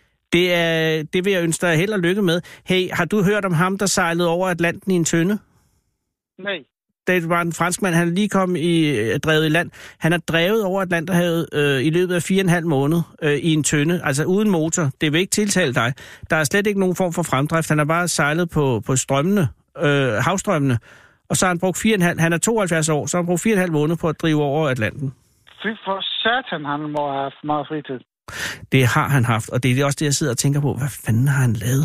det vil jeg ønske dig held og lykke med. Hey, har du hørt om ham, der sejlede over Atlanten i en tønde? Nej. Det var en franskmand, han er lige kommet drevet i land. Han har drevet over Atlanterhavet i løbet af 4,5 måneder i en tønde, altså uden motor. Det vil ikke tiltale dig. Der er slet ikke nogen form for fremdrift. Han har bare sejlet på strømmene, havstrømmene, og så har han brugt han er 72 år, så har han brugt 4,5 måneder på at drive over Atlanten. Fy for satan, han må have haft meget fritid. Det har han haft, og det er også det, jeg sidder og tænker på. Hvad fanden har han lavet?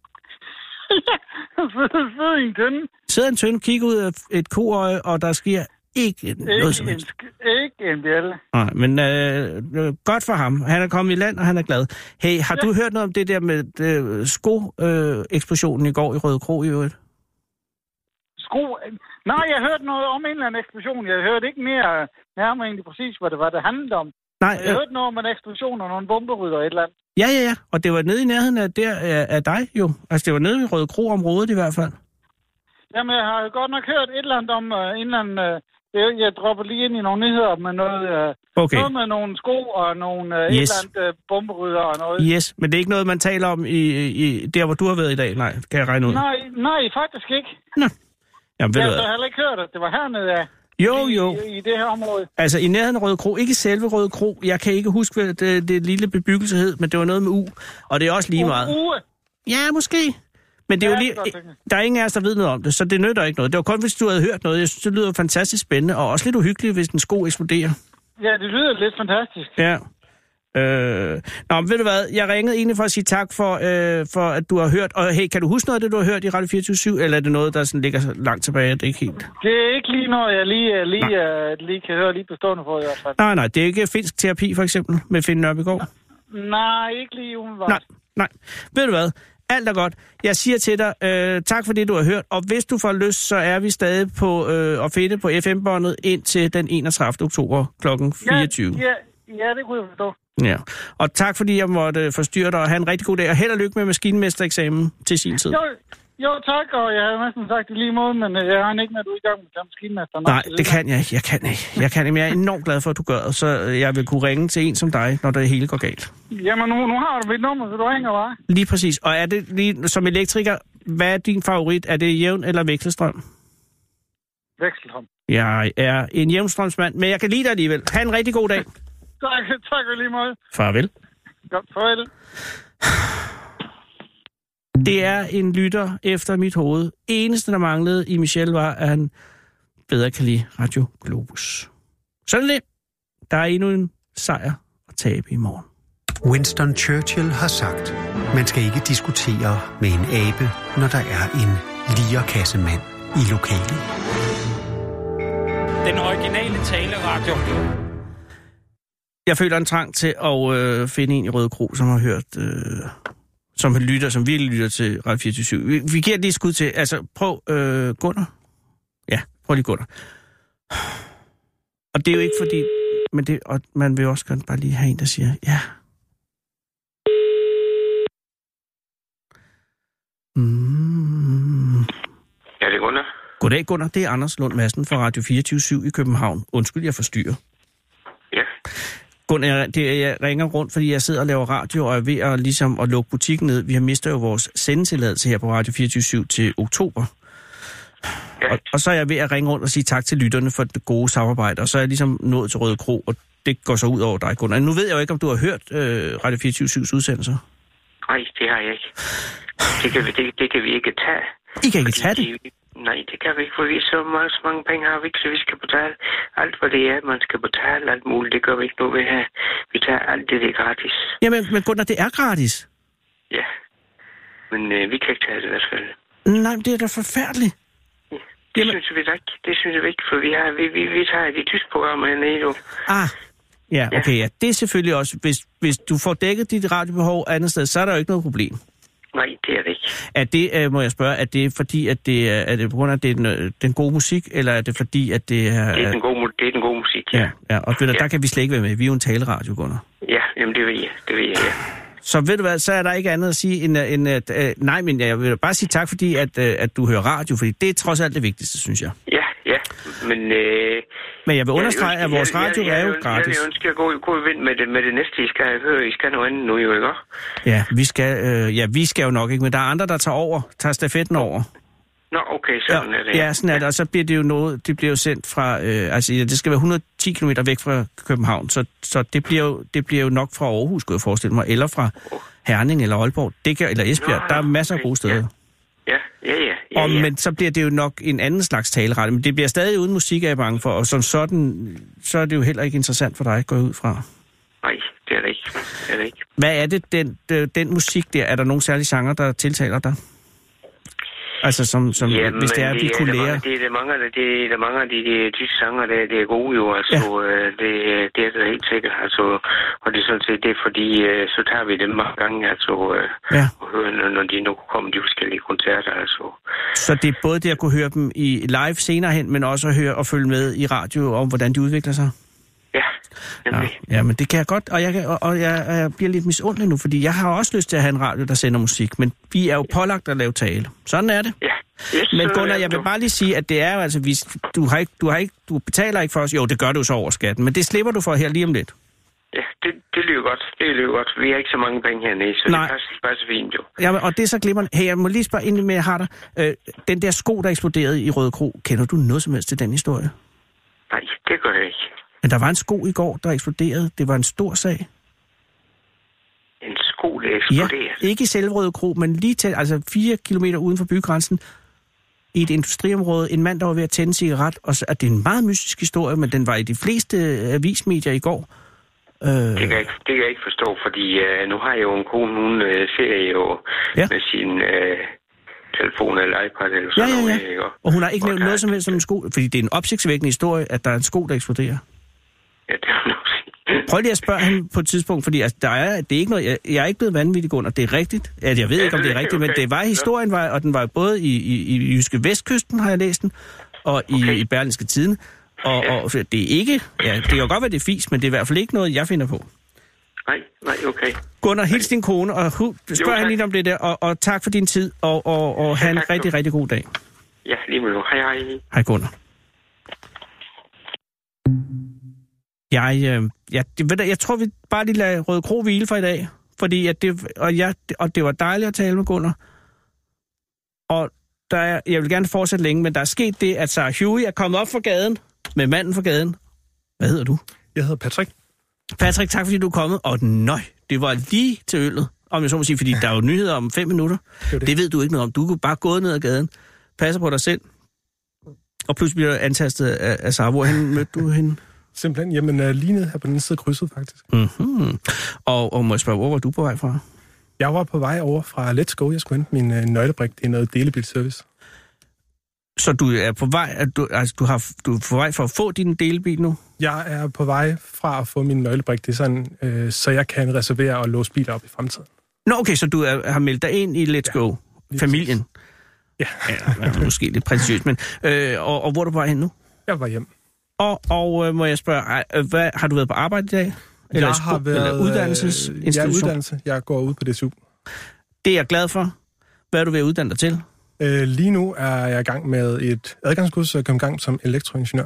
Sidder i en tønde. Sidder en tønde, kigger ud af et koøje, og der sker ikke noget som helst. Ikke en bjælle. Nej, men godt for ham. Han er kommet i land, og han er glad. Hey, har du hørt noget om det der med sko-eksplosionen i går i Røde Kro i øvrigt? Nej, jeg hørte noget om en eller anden eksplosion. Jeg hørte ikke mere nærmere egentlig præcis, hvad det var, det handlede om. Nej, jeg hørte noget om en eksplosion og nogle bomberydder og et eller andet. Ja. Og det var nede i nærheden af dig jo. Altså, det var nede i Røde Kro-området i hvert fald. Jamen, jeg har godt nok hørt et eller andet om en eller anden... Jeg dropper lige ind i nogle nyheder med noget, noget med nogle sko og nogle et eller andet bomberydder og noget. Yes, men det er ikke noget, man taler om i der, hvor du har været i dag? Nej, kan jeg regne ud? Nej, faktisk ikke. Nå. Jamen, jeg har heller ikke hørt, at det var hernede af. Jo. I det her område. Altså, i nærheden af Røde Kro. Ikke selve Røde Kro. Jeg kan ikke huske, hvad det lille bebyggelse hed, men det var noget med U. Og det er også lige meget. Ja, måske. Men det er jo lige, der er ingen af os, der ved noget om det, så det nytter ikke noget. Det var kun, hvis du havde hørt noget. Jeg synes, det lyder fantastisk spændende, og også lidt uhyggeligt, hvis en sko eksploderer. Ja, det lyder lidt fantastisk. Ja. Nå, ved du hvad? Jeg ringede egentlig for at sige tak for at du har hørt. Og hey, kan du huske noget af det, du har hørt i Radio 24/7, eller er det noget, der sådan ligger langt tilbage? Det er ikke helt... Det er ikke lige noget, jeg lige kan høre lige på stående for i hvert fald. Nej, det er ikke finsk terapi, for eksempel, med Finn Nørbegaard? Nej, ikke lige umiddelbart. Nej. Ved du hvad? Alt er godt. Jeg siger til dig, tak for det, du har hørt. Og hvis du får lyst, så er vi stadig på at finde på FM-båndet indtil den 31. oktober kl. 24. Ja, det kunne jeg forstå. Ja, og tak fordi jeg måtte forstyrre dig, og have en rigtig god dag, og held og lykke med maskinmestereksamen til sin tid. Jo, tak, og jeg har næsten sagt det lige måde, men jeg har ikke, når du er i gang med maskinmesteren. Nej, det kan jeg ikke. Jeg kan ikke, men jeg er enormt glad for, at du gør det, så jeg vil kunne ringe til en som dig, når det hele går galt. Jamen, nu har du mit nummer, så du ringer bare. Lige præcis, og er det lige som elektriker, hvad er din favorit? Er det jævn eller vekselstrøm? Vekselstrøm. Jeg er en jævnstrømsmand, men jeg kan lide dig alligevel. Ha' en rigtig god dag. Tak lige meget. Farvel. Godt, farvel. Det er en lytter efter mit hoved. Eneste, der manglede i Michel, var, at han bedre kan lide Radio Globus. Sådan det. Der er endnu en sejr at tabe i morgen. Winston Churchill har sagt, man skal ikke diskutere med en abe, når der er en lierkassemand i lokalet. Den originale taleradio. Jeg føler en trang til at finde en i Røde Kro, som har hørt... som virkelig lytter til Radio 24/7. Vi giver lige et skud til... Altså, prøv Gunnar. Ja, prøv lige Gunnar. Og det er jo ikke fordi... Men det, og man vil også gerne bare lige have en, der siger, ja. Ja, det er Gunnar. Goddag, Gunnar. Det er Anders Lund Madsen fra Radio 24/7 i København. Undskyld, jeg forstyrrer. Ja. Gunnar, jeg ringer rundt, fordi jeg sidder og laver radio, og er ved at, ligesom, at lukke butikken ned. Vi har mistet jo vores sendetilladelse her på Radio 24/7 til oktober. Ja. Og så er jeg ved at ringe rundt og sige tak til lytterne for det gode samarbejde, og så er jeg ligesom nået til Røde Kro, og det går så ud over dig, Gunnar. Nu ved jeg jo ikke, om du har hørt Radio 24/7's udsendelser. Nej, det har jeg ikke. Det kan vi ikke tage. I kan ikke tage det? Nej, det kan vi ikke, for vi så mange penge har vi ikke, så vi skal betale alt, hvad det er. Man skal betale alt muligt, det gør vi ikke nu. Vi tager alt det er gratis. Jamen, men Gunnar, det er gratis. Ja, men vi kan ikke tage det i hvert fald. Nej, men det er da forfærdeligt. Ja, det synes vi da ikke. Det synes vi ikke, for vi tager de tyske programmer hernede jo. Ja, okay, ja. Det er selvfølgelig også, hvis du får dækket dit radiobehov andet sted, så er der jo ikke noget problem. Nej, det er det ikke. Er det, må jeg spørge, er det fordi, at det er på grund af, det er den gode musik, eller er det fordi, at det er... Det er den gode musik, ja. Ja, og der kan vi slet ikke være med. Vi er jo en taleradio, Gunnar. Ja, jamen det ved jeg, ja. Så ved du hvad, så er der ikke andet at sige end nej, men jeg vil bare sige tak, fordi at du hører radio, fordi det er trods alt det vigtigste, synes jeg. Ja, men jeg vil understrege, at vores radio er jo gratis. Jeg ønsker at gå i vind med det næste, I skal noget andet nu, jo ikke? Ja, vi skal jo nok ikke, men der er andre, der tager stafetten over. Nå, okay, sådan er det. Ja, sådan er det, og så bliver det jo noget, det bliver jo sendt fra, det skal være 110 km væk fra København, så det bliver jo nok fra Aarhus, skulle jeg forestille mig, eller fra Herning eller Aalborg, eller Esbjerg, der er masser af gode steder. Ja. Men så bliver det jo nok en anden slags taleradio, men det bliver stadig uden musik, er jeg bange for, og som sådan, så er det jo heller ikke interessant for dig at gå ud fra. Nej, det er det ikke. Hvad er det, den musik der? Er der nogen særlige genre, der tiltaler dig? Altså, jamen, hvis det er, vi kunne lære... Det er mange af de tyske sanger, det er gode jo, altså, det er det helt sikkert, altså, og det er sådan set, det er fordi, så tager vi dem mange gange, altså, og hører, når de nu kommer de forskellige koncerter, altså. Så det er både det at kunne høre dem i live senere hen, men også at høre og følge med i radio om, hvordan de udvikler sig? Ja, men det kan jeg godt, og jeg bliver lidt misundelig nu, fordi jeg har også lyst til at have en radio, der sender musik, men vi er jo pålagt at lave tale. Sådan er det. Ja. Yes, men Gunnar, jeg vil bare lige sige, at det er jo altså, du betaler ikke for os, jo, det gør du så over skatten, men det slipper du for her lige om lidt. Ja, det lyder godt. Vi har ikke så mange penge hernede, så nej. Det passer fint jo. Ja, og det er så glimrende. Hey, jeg må lige spørge inden med, jeg har dig. Den der sko, der eksploderede i Røde Kro, kender du noget som helst til den historie? Nej, det gør jeg ikke. Men der var en sko i går, der eksploderede. Det var en stor sag. En sko, der eksploderede? Ja, ikke i selve Røde Kro, men lige til, altså 4 kilometer uden for bygrænsen, i et industriområde. En mand, der var ved at tænde cigaret. Og så, det er en meget mystisk historie, men den var i de fleste avismedier i går. Det kan jeg ikke forstå, fordi nu har jeg jo en kone, hun ser jo med sin telefon eller iPad eller sådan noget. Ja. Og hun har ikke nævnt noget som helst som en sko, fordi det er en opsigtsvækkende historie, at der er en sko, der eksploderer. Ja, det er nok sige. Prøv lige at spørge hende på et tidspunkt, fordi altså, det er ikke noget, jeg er ikke blevet vanvittig under. Det er rigtigt. Jeg ved ikke, om det er rigtigt, men det var historien, og den var både i Jyske Vestkysten, har jeg læst den, og i Berlingske Tidende. Og det er ikke... Ja, det kan jo godt være, det er fis, men det er i hvert fald ikke noget, jeg finder på. Nej, okay. Gunnar, hils din kone, og spørg hende lidt om det der, og tak for din tid, og have en rigtig, rigtig god dag. Ja, lige med nu. Hej. Hej, Gunnar. Jeg tror, vi bare lige lader Røde Kro hvile for i dag, fordi det var dejligt at tale med Gunnar. Og jeg vil gerne fortsætte længe, men der er sket det, at Sarah Huey er kommet op fra gaden med manden fra gaden. Hvad hedder du? Jeg hedder Patrick. Patrick, tak fordi du er kommet. Og det var lige til øllet, om jeg så må sige, fordi der er jo nyheder om 5 minutter. Det ved du ikke noget om. Du kunne bare gå ned ad gaden, passer på dig selv, og pludselig bliver du antastet af Sarah. Hvorhen mødte du hende? Simpelthen, jamen lige nede her på den side af krydset, faktisk. Mm-hmm. Og må jeg spørge, hvor var du på vej fra? Jeg var på vej over fra Let's Go. Jeg skulle hente min nøglebrik. Det er noget delebilservice. Så du er på vej, du er på vej for at få din delebil nu? Jeg er på vej fra at få min nøglebrik. Det er sådan, så jeg kan reservere og låse biler op i fremtiden. Nå, okay, så du har meldt dig ind i Let's Go. Familien? Ja. Ja, måske lidt præcist, men... Og hvor er du på vej hen nu? Jeg var hjem. Og må jeg spørge, har du været på arbejde i dag? Jeg har været... Eller uddannelsesinstitution? Ja, uddannelse. Jeg går ud på DSU. Det er jeg glad for. Hvad er du ved at uddanne dig til? Lige nu er jeg i gang med et adgangskursus, og kom i gang som elektroingeniør,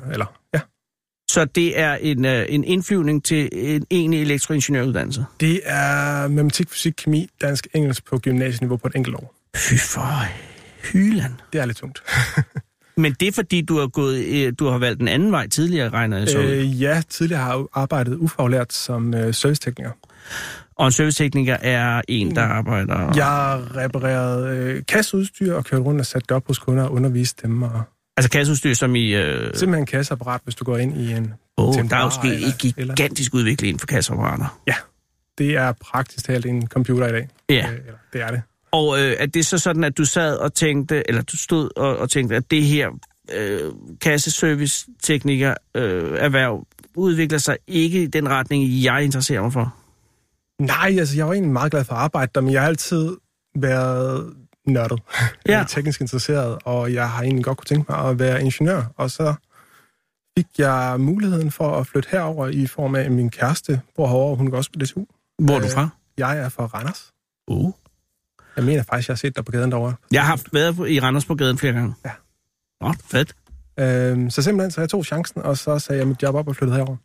Så det er en indflyvning til en egentlig elektroingeniøruddannelse? Det er matematik, fysik, kemi, dansk, engelsk på gymnasieniveau på et enkelt år. Fy for hyland. Det er lidt tungt. Men det er fordi, du har valgt en anden vej tidligere, regner jeg så? Ja, tidligere har jeg arbejdet ufaglært som servicetekniker. Og en servicetekniker er en, der arbejder... Jeg har repareret kasseudstyr og kørt rundt og sat det op hos kunder og undervist dem. Altså kasseudstyr som i... Simpelthen kasseapparat, hvis du går ind i en... der er jo sket en gigantisk udvikling inden for kasseapparater. Ja, det er praktisk talt en computer i dag. Ja. Det er det. Og er det så sådan, at du sad og tænkte, eller du stod og tænkte, at det her kasseservice-tekniker erhverv udvikler sig ikke i den retning, jeg interesserer mig for? Nej, altså jeg var egentlig meget glad for at arbejde der, men jeg har altid været nørdet. Jeg er teknisk interesseret, og jeg har egentlig godt kunne tænke mig at være ingeniør. Og så fik jeg muligheden for at flytte herover i form af, at min kæreste bor herovre, hun går også på DSU. Hvor er du fra? Jeg er fra Randers. Jeg mener faktisk, jeg har set dig på gaden derovre. Jeg har været i Randers på gaden flere gange. Ja. Fedt. Så simpelthen så jeg tog chancen, og så sagde jeg mit job op og flyttede herover.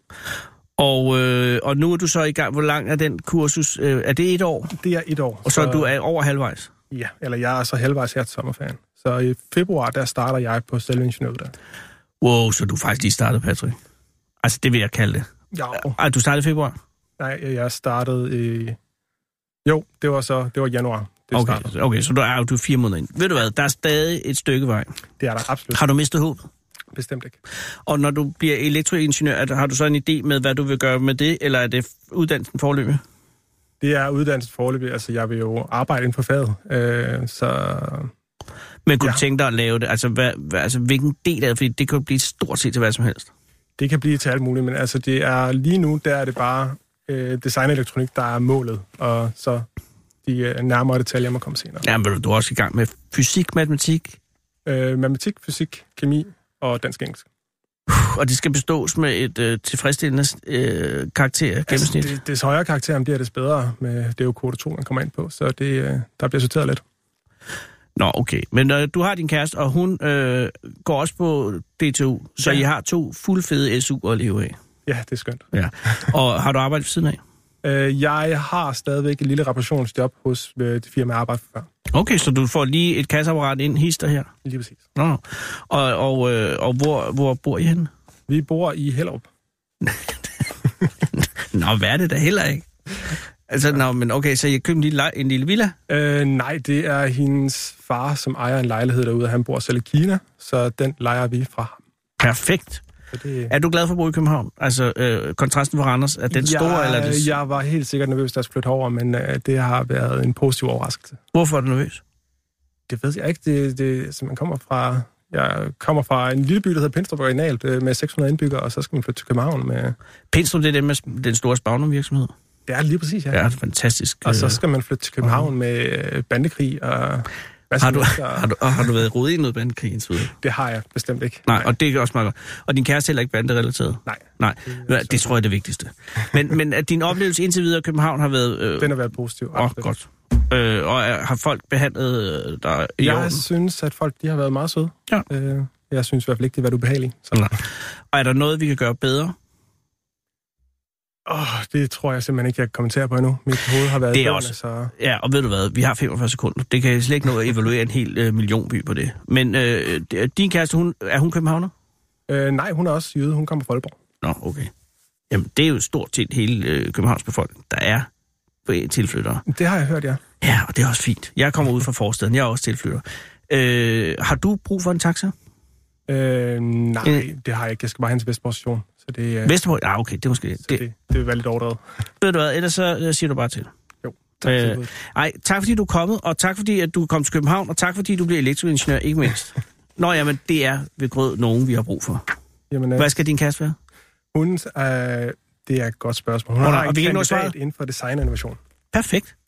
Og nu er du så i gang. Hvor lang er den kursus? Er det 1 år? Det er 1 år. Og så du er over halvvejs? Ja, eller jeg er så halvvejs her til sommerferien. Så i februar, der starter jeg på selve ingeniøruddannelsen. Wow, så du faktisk lige startede, Patrick? Altså, det vil jeg kalde det. Ja. Du startede i februar? Nej, jeg startede i... Jo, det var januar. Okay, så du er 4 måneder ind. Ved du hvad, der er stadig et stykke vej. Det er der absolut. Har du mistet håb? Bestemt ikke. Og når du bliver elektroingeniør, har du så en idé med, hvad du vil gøre med det, eller er det uddannelsen forløbig? Det er uddannelsen foreløbig. Altså, jeg vil jo arbejde inden for faget, så... Men kunne du tænke dig at lave det? Altså, hvilken del af det? Fordi det kan jo blive stort set til hvad som helst. Det kan blive til alt muligt, men altså, det er lige nu, der er det bare design og elektronik, der er målet, og så de nærmere detaljer må komme senere. Ja, men du er også i gang med fysik, matematik? Matematik, fysik, kemi og dansk engelsk. Og det skal bestås med et tilfredsstillende karakter gennemsnit? Altså, det højere karakter, bliver det bedre. Med, det er jo kvote 2, man kommer ind på, så det, der bliver sorteret lidt. Nå, okay. Men du har din kæreste, og hun går også på DTU, så I har 2 fuldfede SU'er at leve af. Ja, det er skønt. Ja. Og har du arbejdet ved siden af? Jeg har stadigvæk et lille reparationsjob hos det firma, jeg arbejder for. Okay, så du får lige et kasseapparat ind, hister her? Lige præcis. Nå. Og hvor bor I henne? Vi bor i Hellerup. Nå, hvad er det da heller ikke? Altså, men okay, så I købte en lille villa? Nej, det er hendes far, som ejer en lejlighed derude, og han bor selv i Kina, så den lejer vi fra ham. Perfekt. Er du glad for at bo i København? Altså, kontrasten for Randers, er den store, eller er det... Jeg var helt sikkert nervøs, da jeg skulle flytte over, men det har været en positiv overraskelse. Hvorfor er du nervøs? Det ved jeg ikke. Jeg kommer fra en lille by, der hedder Pinstrup originalt, med 600 indbyggere, og så skal man flytte til København med... Pinstrup, det er den med den store Spagnum-virksomhed? Det er lige præcis, ja. Ja, det er fantastisk. Og så skal man flytte til København med bandekrig og... Har du været rodet i noget bandekrig indtil videre? Det har jeg bestemt ikke. Nej, og det er også meget godt. Og din kæreste heller ikke banderelateret? Nej. Det tror jeg er det vigtigste. Men at din oplevelse indtil videre i København har været... Den har været positiv. Godt. Og har folk behandlet dig i orden? Jeg synes, at folk de har været meget søde. Ja. Jeg synes i hvert fald ikke, det har været ubehageligt. Og er der noget, vi kan gøre bedre? Det tror jeg simpelthen ikke, jeg kan kommentere på endnu. Mit hoved har været... Det er også. Så... Ja, og ved du hvad? Vi har 45 sekunder. Det kan slet ikke nå at evaluere en hel millionby på det. Men din kæreste, er hun københavner? Nej, hun er også jyde. Hun kommer fra Aalborg. Nå, okay. Jamen, det er jo stort set hele Københavns befolkning, der er tilflyttere. Det har jeg hørt, ja. Ja, og det er også fint. Jeg kommer ud fra forstaden. Jeg er også tilflytter. Har du brug for en taxa? Nej, det har jeg ikke. Jeg skal bare hen til Vestborg station. Så det, Vestborg? Ja, okay, det er måske... Det vil være lidt overdrevet. Ved du hvad, ellers så siger du bare til. Jo, tak. Tak fordi du er kommet, og tak fordi at du kom til København, og tak fordi du bliver elektroingeniør, ikke mindst. Nå, jamen, det er ved grød nogen, vi har brug for. Jamen, hvad skal din kæreste være? Det er et godt spørgsmål. Hun har en kandidat inden for design og innovation. Perfekt.